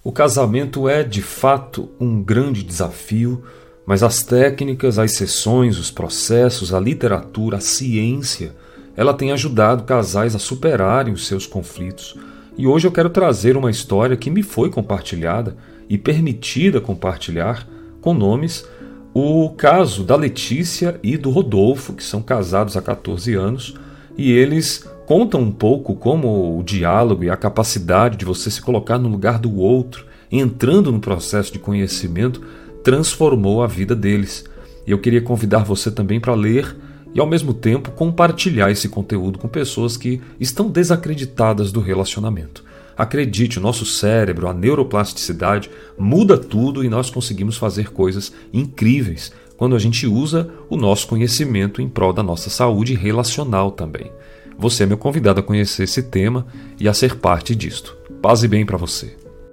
O casamento é, de fato, um grande desafio, mas as técnicas, as sessões, os processos, a literatura, a ciência, ela tem ajudado casais a superarem os seus conflitos. E hoje eu quero trazer uma história que me foi compartilhada e permitida compartilhar com nomes, o caso da Letícia e do Rodolfo, que são casados há 14 anos, e eles contam um pouco como o diálogo e a capacidade de você se colocar no lugar do outro, entrando no processo de conhecimento, transformou a vida deles. E eu queria convidar você também para ler e, ao mesmo tempo, compartilhar esse conteúdo com pessoas que estão desacreditadas do relacionamento. Acredite, o nosso cérebro, a neuroplasticidade, muda tudo e nós conseguimos fazer coisas incríveis quando a gente usa o nosso conhecimento em prol da nossa saúde relacional também. Você é meu convidado a conhecer esse tema e a ser parte disto. Paz e bem para você.